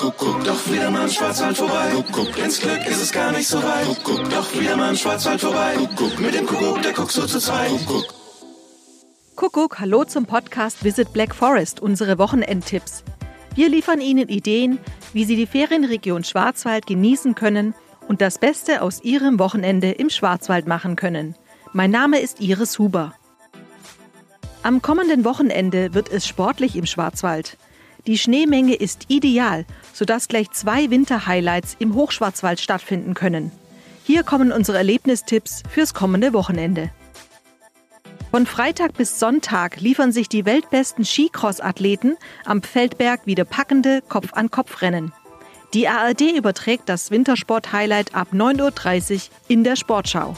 Kuckuck, doch wieder mal im Schwarzwald vorbei. Kuckuck, ins Glück ist es gar nicht so weit. Kuckuck, doch wieder mal im Schwarzwald vorbei. Kuckuck, mit dem Kuckuck, der guckt so zu zweit. Kuckuck. Kuckuck, hallo zum Podcast Visit Black Forest, unsere Wochenendtipps. Wir liefern Ihnen Ideen, wie Sie die Ferienregion Schwarzwald genießen können und das Beste aus Ihrem Wochenende im Schwarzwald machen können. Mein Name ist Iris Huber. Am kommenden Wochenende wird es sportlich im Schwarzwald. Die Schneemenge ist ideal, sodass gleich 2 Winter-Highlights im Hochschwarzwald stattfinden können. Hier kommen unsere Erlebnistipps fürs kommende Wochenende. Von Freitag bis Sonntag liefern sich die weltbesten Skicross-Athleten am Feldberg wieder packende Kopf-an-Kopf-Rennen. Die ARD überträgt das Wintersport-Highlight ab 9:30 Uhr in der Sportschau.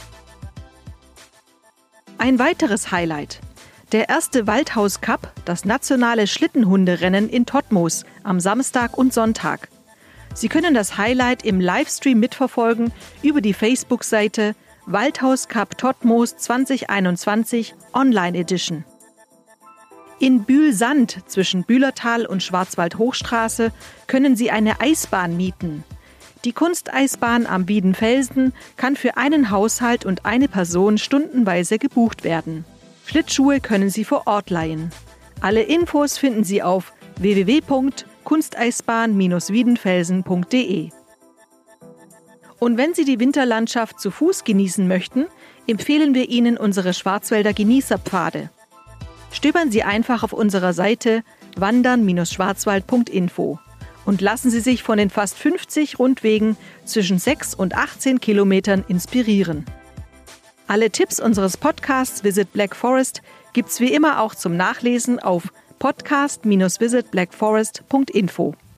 Ein weiteres Highlight: der erste Waldhaus Cup, das nationale Schlittenhunderennen in Todtmoos am Samstag und Sonntag. Sie können das Highlight im Livestream mitverfolgen über die Facebook-Seite Waldhaus Cup Todtmoos 2021 Online Edition. In Bühl-Sand zwischen Bühlertal und Schwarzwald-Hochstraße können Sie eine Eisbahn mieten. Die Kunsteisbahn am Wiedenfelsen kann für einen Haushalt und eine Person stundenweise gebucht werden. Schlittschuhe können Sie vor Ort leihen. Alle Infos finden Sie auf www.kunsteisbahn-wiedenfelsen.de. Und wenn Sie die Winterlandschaft zu Fuß genießen möchten, empfehlen wir Ihnen unsere Schwarzwälder Genießerpfade. Stöbern Sie einfach auf unserer Seite wandern-schwarzwald.info und lassen Sie sich von den fast 50 Rundwegen zwischen 6 und 18 Kilometern inspirieren. Alle Tipps unseres Podcasts Visit Black Forest gibt's wie immer auch zum Nachlesen auf podcast-visitblackforest.info.